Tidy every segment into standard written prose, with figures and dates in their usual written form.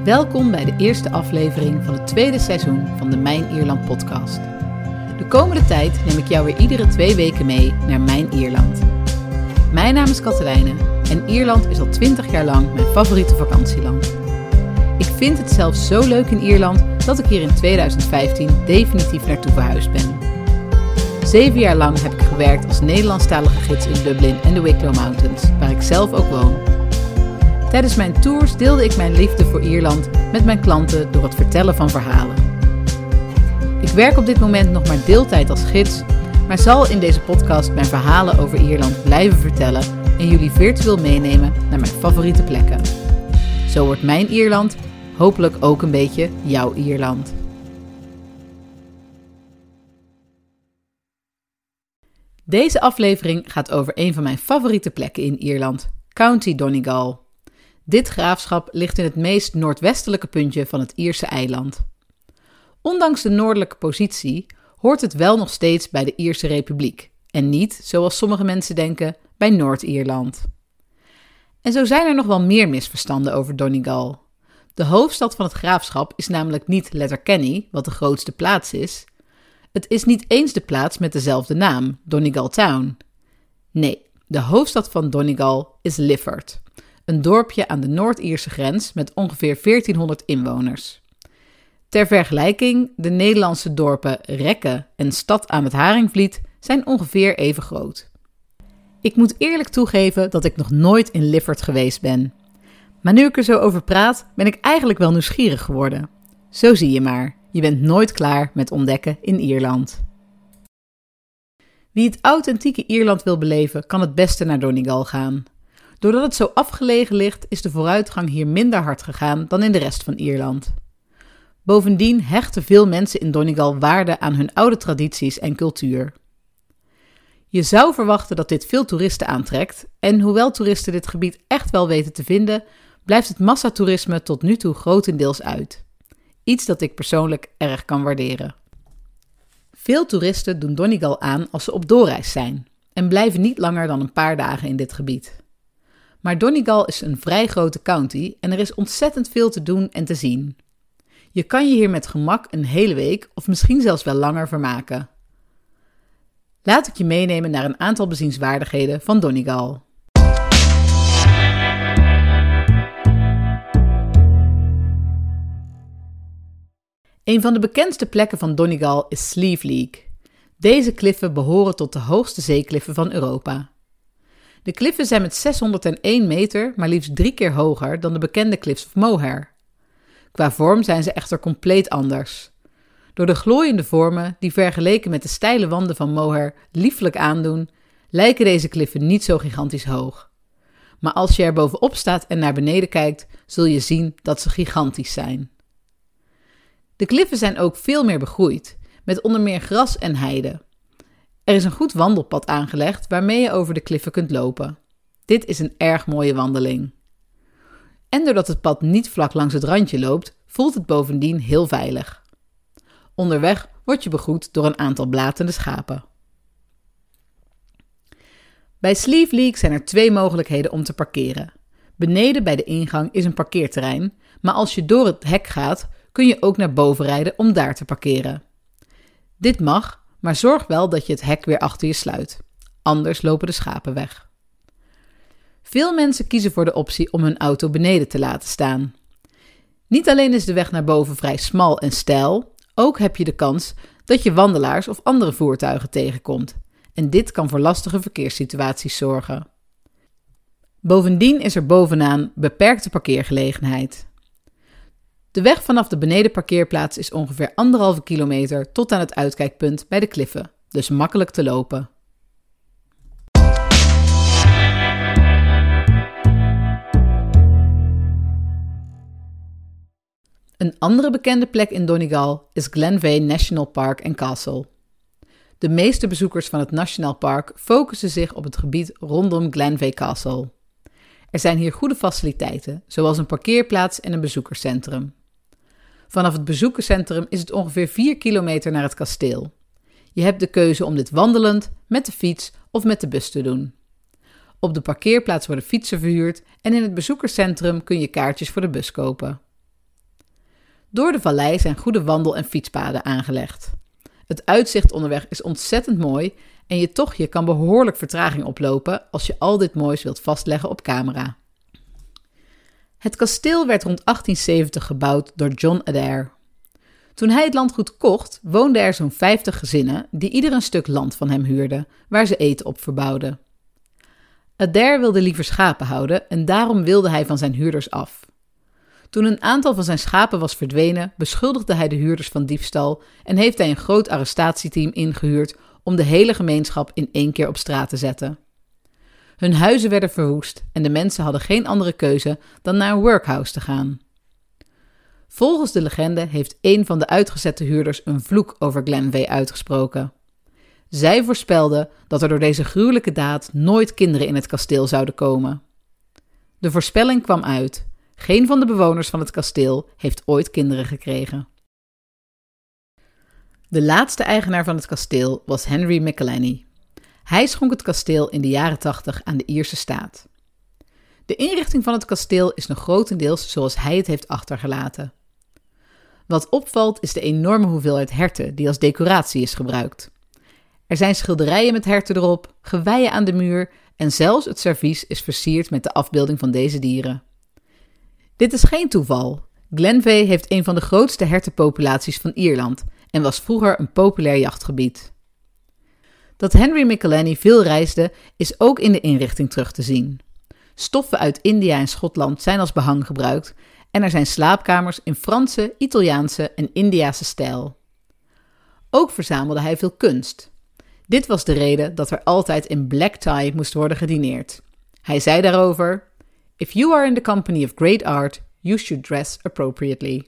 Welkom bij de eerste aflevering van het tweede seizoen van de Mijn Ierland podcast. De komende tijd neem ik jou weer iedere 2 weken mee naar Mijn Ierland. Mijn naam is Katelijne en Ierland is al 20 jaar lang mijn favoriete vakantieland. Ik vind het zelfs zo leuk in Ierland dat ik hier in 2015 definitief naartoe verhuisd ben. 7 jaar lang heb ik gewerkt als Nederlandstalige gids in Dublin en de Wicklow Mountains, waar ik zelf ook woon. Tijdens mijn tours deelde ik mijn liefde voor Ierland met mijn klanten door het vertellen van verhalen. Ik werk op dit moment nog maar deeltijd als gids, maar zal in deze podcast mijn verhalen over Ierland blijven vertellen en jullie virtueel meenemen naar mijn favoriete plekken. Zo wordt mijn Ierland hopelijk ook een beetje jouw Ierland. Deze aflevering gaat over een van mijn favoriete plekken in Ierland, County Donegal. Dit graafschap ligt in het meest noordwestelijke puntje van het Ierse eiland. Ondanks de noordelijke positie hoort het wel nog steeds bij de Ierse Republiek en niet, zoals sommige mensen denken, bij Noord-Ierland. En zo zijn er nog wel meer misverstanden over Donegal. De hoofdstad van het graafschap is namelijk niet Letterkenny, wat de grootste plaats is. Het is niet eens de plaats met dezelfde naam, Donegal Town. Nee, de hoofdstad van Donegal is Lifford, een dorpje aan de Noord-Ierse grens met ongeveer 1400 inwoners. Ter vergelijking, de Nederlandse dorpen Rekke en Stad aan het Haringvliet zijn ongeveer even groot. Ik moet eerlijk toegeven dat ik nog nooit in Lifford geweest ben. Maar nu ik er zo over praat, ben ik eigenlijk wel nieuwsgierig geworden. Zo zie je maar, je bent nooit klaar met ontdekken in Ierland. Wie het authentieke Ierland wil beleven, kan het beste naar Donegal gaan. Doordat het zo afgelegen ligt, is de vooruitgang hier minder hard gegaan dan in de rest van Ierland. Bovendien hechten veel mensen in Donegal waarde aan hun oude tradities en cultuur. Je zou verwachten dat dit veel toeristen aantrekt en hoewel toeristen dit gebied echt wel weten te vinden, blijft het massatoerisme tot nu toe grotendeels uit. Iets dat ik persoonlijk erg kan waarderen. Veel toeristen doen Donegal aan als ze op doorreis zijn en blijven niet langer dan een paar dagen in dit gebied. Maar Donegal is een vrij grote county en er is ontzettend veel te doen en te zien. Je kan je hier met gemak een hele week of misschien zelfs wel langer vermaken. Laat ik je meenemen naar een aantal bezienswaardigheden van Donegal. Een van de bekendste plekken van Donegal is Slieve League. Deze kliffen behoren tot de hoogste zeekliffen van Europa. De kliffen zijn met 601 meter maar liefst 3 keer hoger dan de bekende Cliffs of Moher. Qua vorm zijn ze echter compleet anders. Door de glooiende vormen, die vergeleken met de steile wanden van Moher lieflijk aandoen, lijken deze kliffen niet zo gigantisch hoog. Maar als je er bovenop staat en naar beneden kijkt, zul je zien dat ze gigantisch zijn. De kliffen zijn ook veel meer begroeid, met onder meer gras en heide. Er is een goed wandelpad aangelegd waarmee je over de kliffen kunt lopen. Dit is een erg mooie wandeling. En doordat het pad niet vlak langs het randje loopt, voelt het bovendien heel veilig. Onderweg word je begroet door een aantal blatende schapen. Bij Slieve League zijn er 2 mogelijkheden om te parkeren. Beneden bij de ingang is een parkeerterrein, maar als je door het hek gaat, kun je ook naar boven rijden om daar te parkeren. Dit mag, maar zorg wel dat je het hek weer achter je sluit. Anders lopen de schapen weg. Veel mensen kiezen voor de optie om hun auto beneden te laten staan. Niet alleen is de weg naar boven vrij smal en steil, ook heb je de kans dat je wandelaars of andere voertuigen tegenkomt. En dit kan voor lastige verkeerssituaties zorgen. Bovendien is er bovenaan beperkte parkeergelegenheid. De weg vanaf de benedenparkeerplaats is ongeveer 1,5 kilometer tot aan het uitkijkpunt bij de kliffen, dus makkelijk te lopen. Een andere bekende plek in Donegal is Glenveigh National Park and Castle. De meeste bezoekers van het Nationaal Park focussen zich op het gebied rondom Glenveigh Castle. Er zijn hier goede faciliteiten, zoals een parkeerplaats en een bezoekerscentrum. Vanaf het bezoekerscentrum is het ongeveer 4 kilometer naar het kasteel. Je hebt de keuze om dit wandelend, met de fiets of met de bus te doen. Op de parkeerplaats worden fietsen verhuurd en in het bezoekerscentrum kun je kaartjes voor de bus kopen. Door de vallei zijn goede wandel- en fietspaden aangelegd. Het uitzicht onderweg is ontzettend mooi en je tochtje kan behoorlijk vertraging oplopen als je al dit moois wilt vastleggen op camera. Het kasteel werd rond 1870 gebouwd door John Adair. Toen hij het landgoed kocht, woonden er zo'n 50 gezinnen die ieder een stuk land van hem huurden, waar ze eten op verbouwden. Adair wilde liever schapen houden en daarom wilde hij van zijn huurders af. Toen een aantal van zijn schapen was verdwenen, beschuldigde hij de huurders van diefstal en heeft hij een groot arrestatieteam ingehuurd om de hele gemeenschap in één keer op straat te zetten. Hun huizen werden verwoest en de mensen hadden geen andere keuze dan naar een workhouse te gaan. Volgens de legende heeft een van de uitgezette huurders een vloek over Glenveagh uitgesproken. Zij voorspelde dat er door deze gruwelijke daad nooit kinderen in het kasteel zouden komen. De voorspelling kwam uit. Geen van de bewoners van het kasteel heeft ooit kinderen gekregen. De laatste eigenaar van het kasteel was Henry McElhenny. Hij schonk het kasteel in de jaren 80 aan de Ierse staat. De inrichting van het kasteel is nog grotendeels zoals hij het heeft achtergelaten. Wat opvalt is de enorme hoeveelheid herten die als decoratie is gebruikt. Er zijn schilderijen met herten erop, geweien aan de muur en zelfs het servies is versierd met de afbeelding van deze dieren. Dit is geen toeval. Glenveagh heeft een van de grootste hertenpopulaties van Ierland en was vroeger een populair jachtgebied. Dat Henry McElhenny veel reisde is ook in de inrichting terug te zien. Stoffen uit India en Schotland zijn als behang gebruikt en er zijn slaapkamers in Franse, Italiaanse en Indiase stijl. Ook verzamelde hij veel kunst. Dit was de reden dat er altijd in black tie moest worden gedineerd. Hij zei daarover: "If you are in the company of great art, you should dress appropriately."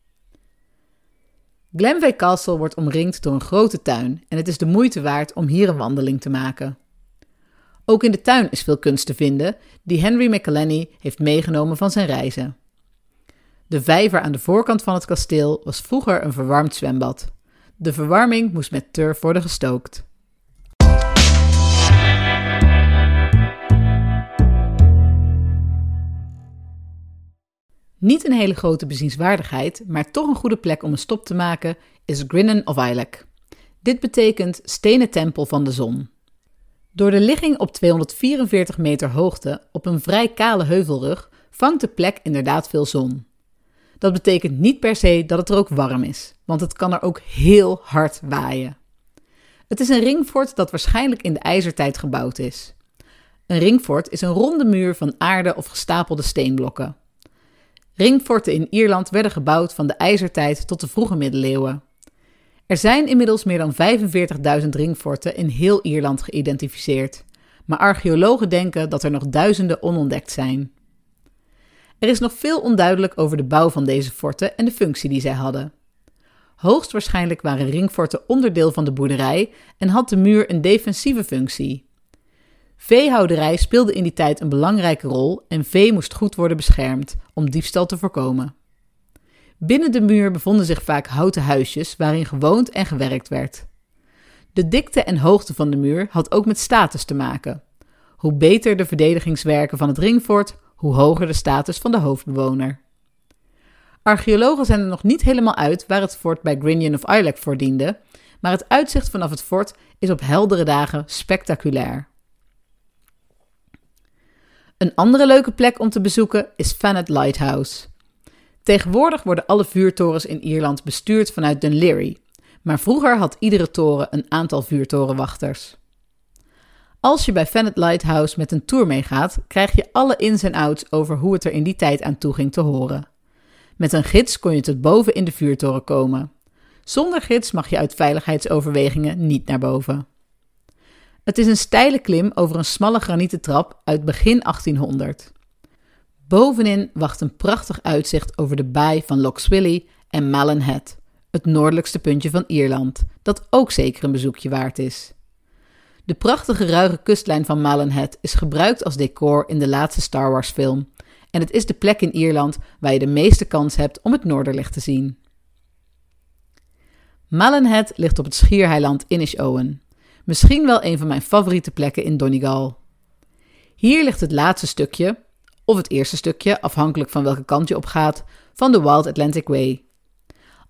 Glenveagh Castle wordt omringd door een grote tuin en het is de moeite waard om hier een wandeling te maken. Ook in de tuin is veel kunst te vinden die Henry McElhenny heeft meegenomen van zijn reizen. De vijver aan de voorkant van het kasteel was vroeger een verwarmd zwembad. De verwarming moest met turf worden gestookt. Niet een hele grote bezienswaardigheid, maar toch een goede plek om een stop te maken, is Grinnen of Aileach. Dit betekent stenen tempel van de zon. Door de ligging op 244 meter hoogte op een vrij kale heuvelrug vangt de plek inderdaad veel zon. Dat betekent niet per se dat het er ook warm is, want het kan er ook heel hard waaien. Het is een ringfort dat waarschijnlijk in de ijzertijd gebouwd is. Een ringfort is een ronde muur van aarde of gestapelde steenblokken. Ringforten in Ierland werden gebouwd van de ijzertijd tot de vroege middeleeuwen. Er zijn inmiddels meer dan 45.000 ringforten in heel Ierland geïdentificeerd, maar archeologen denken dat er nog duizenden onontdekt zijn. Er is nog veel onduidelijk over de bouw van deze forten en de functie die zij hadden. Hoogstwaarschijnlijk waren ringforten onderdeel van de boerderij en had de muur een defensieve functie. Veehouderij speelde in die tijd een belangrijke rol en vee moest goed worden beschermd om diefstal te voorkomen. Binnen de muur bevonden zich vaak houten huisjes waarin gewoond en gewerkt werd. De dikte en hoogte van de muur had ook met status te maken. Hoe beter de verdedigingswerken van het ringfort, hoe hoger de status van de hoofdbewoner. Archeologen zijn er nog niet helemaal uit waar het fort bij Grinnen of Aileach voor diende, maar het uitzicht vanaf het fort is op heldere dagen spectaculair. Een andere leuke plek om te bezoeken is Fanet Lighthouse. Tegenwoordig worden alle vuurtorens in Ierland bestuurd vanuit Dún Laoghaire, maar vroeger had iedere toren een aantal vuurtorenwachters. Als je bij Fanet Lighthouse met een tour meegaat, krijg je alle ins en outs over hoe het er in die tijd aan toe ging te horen. Met een gids kon je tot boven in de vuurtoren komen. Zonder gids mag je uit veiligheidsoverwegingen niet naar boven. Het is een steile klim over een smalle granieten trap uit begin 1800. Bovenin wacht een prachtig uitzicht over de baai van Lough Swilly en Malin Head, het noordelijkste puntje van Ierland, dat ook zeker een bezoekje waard is. De prachtige ruige kustlijn van Malin Head is gebruikt als decor in de laatste Star Wars film en het is de plek in Ierland waar je de meeste kans hebt om het Noorderlicht te zien. Malin Head ligt op het schiereiland Inishowen. Misschien wel een van mijn favoriete plekken in Donegal. Hier ligt het laatste stukje, of het eerste stukje, afhankelijk van welke kant je op gaat, van de Wild Atlantic Way.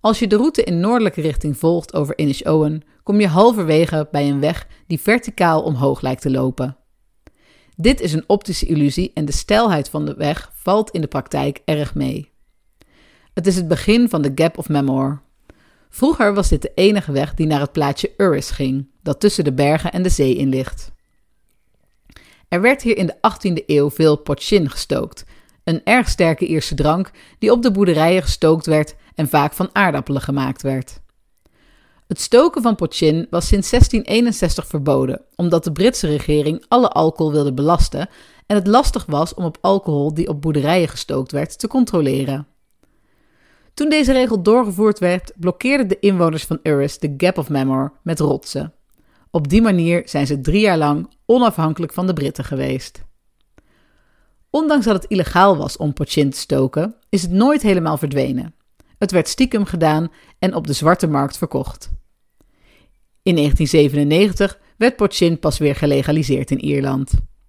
Als je de route in noordelijke richting volgt over Inishowen, kom je halverwege bij een weg die verticaal omhoog lijkt te lopen. Dit is een optische illusie en de steilheid van de weg valt in de praktijk erg mee. Het is het begin van de Gap of Mamore. Vroeger was dit de enige weg die naar het plaatsje Uris ging, dat tussen de bergen en de zee in ligt. Er werd hier in de 18e eeuw veel pochin gestookt, een erg sterke Ierse drank die op de boerderijen gestookt werd en vaak van aardappelen gemaakt werd. Het stoken van pochin was sinds 1661 verboden, omdat de Britse regering alle alcohol wilde belasten en het lastig was om op alcohol die op boerderijen gestookt werd te controleren. Toen deze regel doorgevoerd werd, blokkeerden de inwoners van Uris de Gap of Mamore met rotsen. Op die manier zijn ze 3 jaar lang onafhankelijk van de Britten geweest. Ondanks dat het illegaal was om pochin te stoken, is het nooit helemaal verdwenen. Het werd stiekem gedaan en op de zwarte markt verkocht. In 1997 werd pochin pas weer gelegaliseerd in Ierland.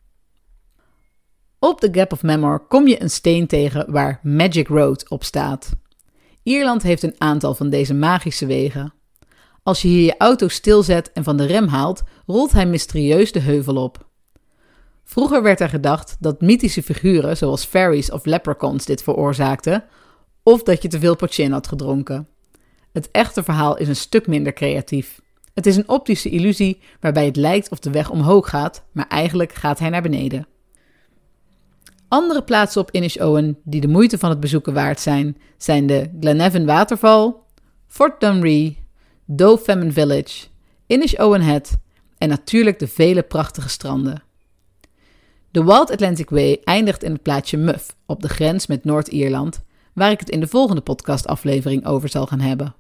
Op de Gap of Mamore kom je een steen tegen waar Magic Road op staat. Ierland heeft een aantal van deze magische wegen. Als je hier je auto stilzet en van de rem haalt, rolt hij mysterieus de heuvel op. Vroeger werd er gedacht dat mythische figuren zoals fairies of leprechauns dit veroorzaakten, of dat je te veel pochin had gedronken. Het echte verhaal is een stuk minder creatief. Het is een optische illusie waarbij het lijkt of de weg omhoog gaat, maar eigenlijk gaat hij naar beneden. Andere plaatsen op Inishowen die de moeite van het bezoeken waard zijn de Glenavon waterval, Fort Dunree, Dovefemmin Village, Inishowen Head en natuurlijk de vele prachtige stranden. De Wild Atlantic Way eindigt in het plaatsje Muff op de grens met Noord-Ierland, waar ik het in de volgende podcastaflevering over zal gaan hebben.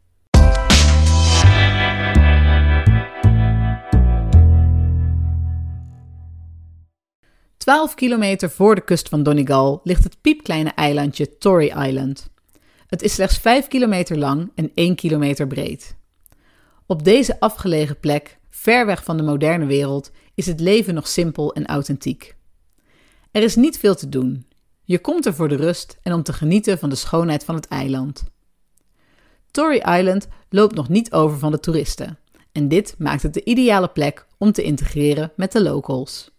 "12 kilometer voor de kust van Donegal ligt het piepkleine eilandje Tory Island. Het is slechts 5 kilometer lang en 1 kilometer breed. Op deze afgelegen plek, ver weg van de moderne wereld, is het leven nog simpel en authentiek. Er is niet veel te doen. Je komt er voor de rust en om te genieten van de schoonheid van het eiland. Tory Island loopt nog niet over van de toeristen en dit maakt het de ideale plek om te integreren met de locals.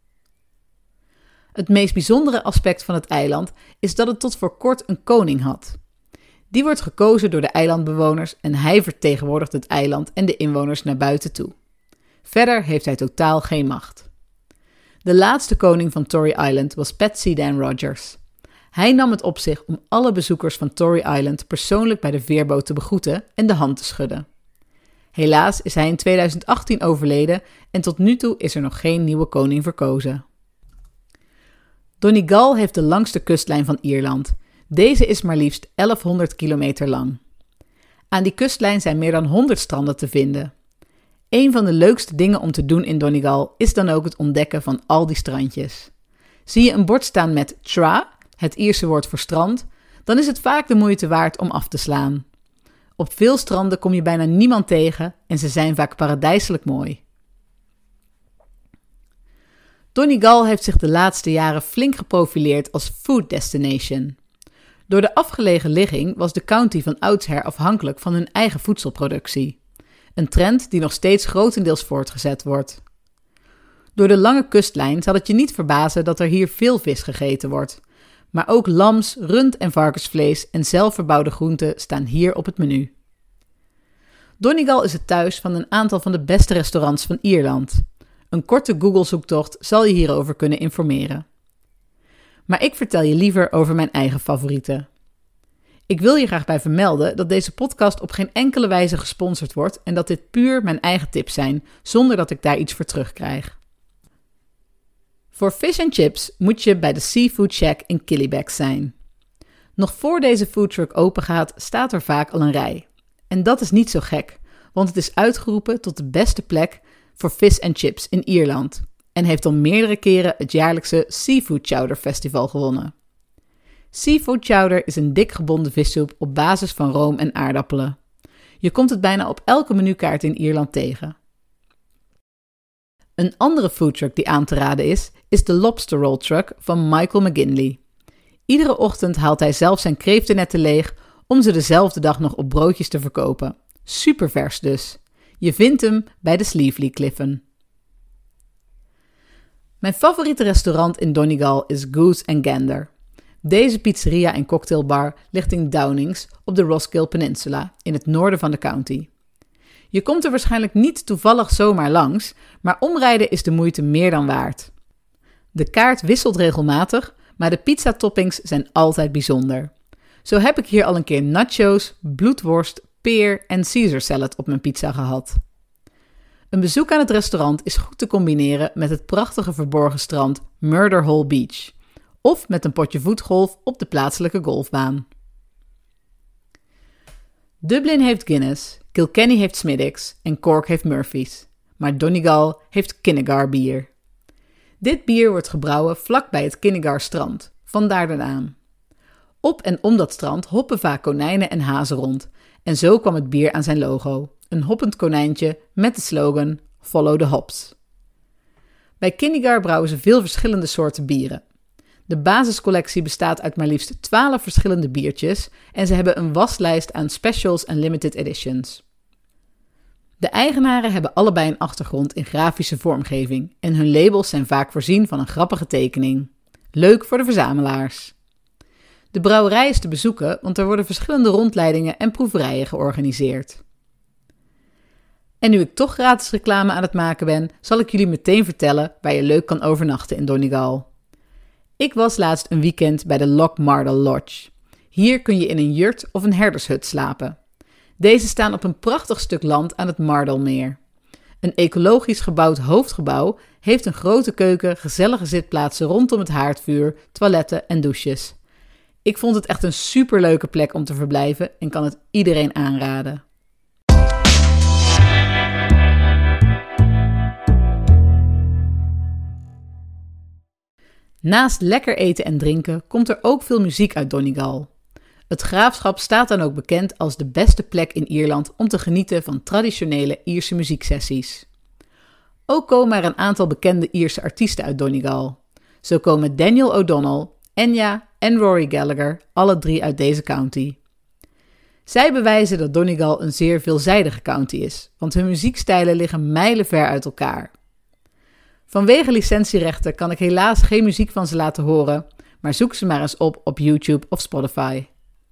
Het meest bijzondere aspect van het eiland is dat het tot voor kort een koning had. Die wordt gekozen door de eilandbewoners en hij vertegenwoordigt het eiland en de inwoners naar buiten toe. Verder heeft hij totaal geen macht. De laatste koning van Tory Island was Patsy Dan Rogers. Hij nam het op zich om alle bezoekers van Tory Island persoonlijk bij de veerboot te begroeten en de hand te schudden. Helaas is hij in 2018 overleden en tot nu toe is er nog geen nieuwe koning verkozen. Donegal heeft de langste kustlijn van Ierland. Deze is maar liefst 1100 kilometer lang. Aan die kustlijn zijn meer dan 100 stranden te vinden. Een van de leukste dingen om te doen in Donegal is dan ook het ontdekken van al die strandjes. Zie je een bord staan met Tra, het Ierse woord voor strand, dan is het vaak de moeite waard om af te slaan. Op veel stranden kom je bijna niemand tegen en ze zijn vaak paradijselijk mooi. Donegal heeft zich de laatste jaren flink geprofileerd als food destination. Door de afgelegen ligging was de county van oudsher afhankelijk van hun eigen voedselproductie. Een trend die nog steeds grotendeels voortgezet wordt. Door de lange kustlijn zal het je niet verbazen dat er hier veel vis gegeten wordt. Maar ook lams, rund- en varkensvlees en zelfverbouwde groenten staan hier op het menu. Donegal is het thuis van een aantal van de beste restaurants van Ierland. Een korte Google-zoektocht zal je hierover kunnen informeren. Maar ik vertel je liever over mijn eigen favorieten. Ik wil je graag bij vermelden dat deze podcast op geen enkele wijze gesponsord wordt en dat dit puur mijn eigen tips zijn, zonder dat ik daar iets voor terugkrijg. Voor fish and chips moet je bij de Seafood Shack in Killybegs zijn. Nog voor deze foodtruck open gaat, staat er vaak al een rij. En dat is niet zo gek, want het is uitgeroepen tot de beste plek voor fish and chips in Ierland en heeft al meerdere keren het jaarlijkse Seafood Chowder Festival gewonnen. Seafood chowder is een dik gebonden vissoep op basis van room en aardappelen. Je komt het bijna op elke menukaart in Ierland tegen. Een andere foodtruck die aan te raden is de Lobster Roll Truck van Michael McGinley. Iedere ochtend haalt hij zelf zijn kreeftennetten leeg om ze dezelfde dag nog op broodjes te verkopen. Super vers dus. Je vindt hem bij de Sleevely Cliffen. Mijn favoriete restaurant in Donegal is Goose & Gander. Deze pizzeria en cocktailbar ligt in Downings op de Roskill Peninsula in het noorden van de county. Je komt er waarschijnlijk niet toevallig zomaar langs, maar omrijden is de moeite meer dan waard. De kaart wisselt regelmatig, maar de pizza-toppings zijn altijd bijzonder. Zo heb ik hier al een keer nachos, bloedworst, peer en Caesar salad op mijn pizza gehad. Een bezoek aan het restaurant is goed te combineren met het prachtige verborgen strand Murder Hole Beach of met een potje voetgolf op de plaatselijke golfbaan. Dublin heeft Guinness, Kilkenny heeft Smithwick's en Cork heeft Murphy's, maar Donegal heeft Kinnegad bier. Dit bier wordt gebrouwen vlakbij het Kinnegad strand, vandaar de naam. Op en om dat strand hoppen vaak konijnen en hazen rond en zo kwam het bier aan zijn logo, een hoppend konijntje met de slogan Follow the Hops. Bij Kinnegad brouwen ze veel verschillende soorten bieren. De basiscollectie bestaat uit maar liefst 12 verschillende biertjes en ze hebben een waslijst aan specials en limited editions. De eigenaren hebben allebei een achtergrond in grafische vormgeving en hun labels zijn vaak voorzien van een grappige tekening. Leuk voor de verzamelaars. De brouwerij is te bezoeken, want er worden verschillende rondleidingen en proeverijen georganiseerd. En nu ik toch gratis reclame aan het maken ben, zal ik jullie meteen vertellen waar je leuk kan overnachten in Donegal. Ik was laatst een weekend bij de Loch Mardle Lodge. Hier kun je in een jurt of een herdershut slapen. Deze staan op een prachtig stuk land aan het Mardlemeer. Een ecologisch gebouwd hoofdgebouw heeft een grote keuken, gezellige zitplaatsen rondom het haardvuur, toiletten en douches. Ik vond het echt een superleuke plek om te verblijven en kan het iedereen aanraden. Naast lekker eten en drinken komt er ook veel muziek uit Donegal. Het graafschap staat dan ook bekend als de beste plek in Ierland om te genieten van traditionele Ierse muzieksessies. Ook komen er een aantal bekende Ierse artiesten uit Donegal. Zo komen Daniel O'Donnell, Enya en Rory Gallagher, alle drie uit deze county. Zij bewijzen dat Donegal een zeer veelzijdige county is, want hun muziekstijlen liggen mijlenver uit elkaar. Vanwege licentierechten kan ik helaas geen muziek van ze laten horen, maar zoek ze maar eens op YouTube of Spotify.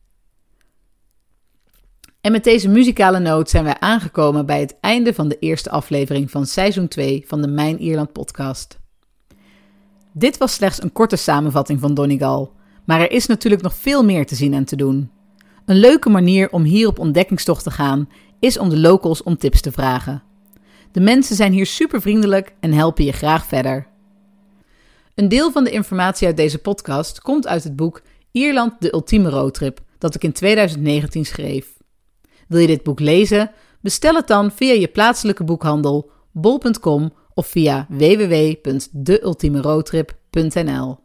En met deze muzikale noot zijn wij aangekomen bij het einde van de eerste aflevering van seizoen 2 van de Mijn Ierland podcast. Dit was slechts een korte samenvatting van Donegal, maar er is natuurlijk nog veel meer te zien en te doen. Een leuke manier om hier op ontdekkingstocht te gaan is om de locals om tips te vragen. De mensen zijn hier super vriendelijk en helpen je graag verder. Een deel van de informatie uit deze podcast komt uit het boek Ierland de ultieme roadtrip, dat ik in 2019 schreef. Wil je dit boek lezen? Bestel het dan via je plaatselijke boekhandel, bol.com of via www.deultiemeroadtrip.nl.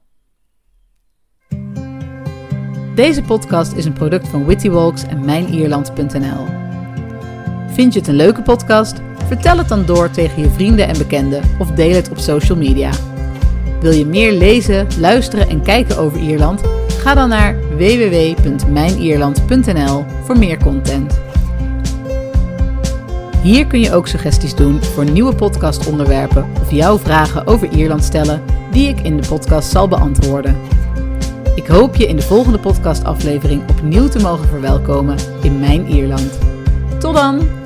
Deze podcast is een product van Wittywalks en mijnierland.nl. Vind je het een leuke podcast? Vertel het dan door tegen je vrienden en bekenden of deel het op social media. Wil je meer lezen, luisteren en kijken over Ierland? Ga dan naar www.mijnierland.nl voor meer content. Hier kun je ook suggesties doen voor nieuwe podcastonderwerpen of jouw vragen over Ierland stellen die ik in de podcast zal beantwoorden. Ik hoop je in de volgende podcastaflevering opnieuw te mogen verwelkomen in Mijn Ierland. Tot dan!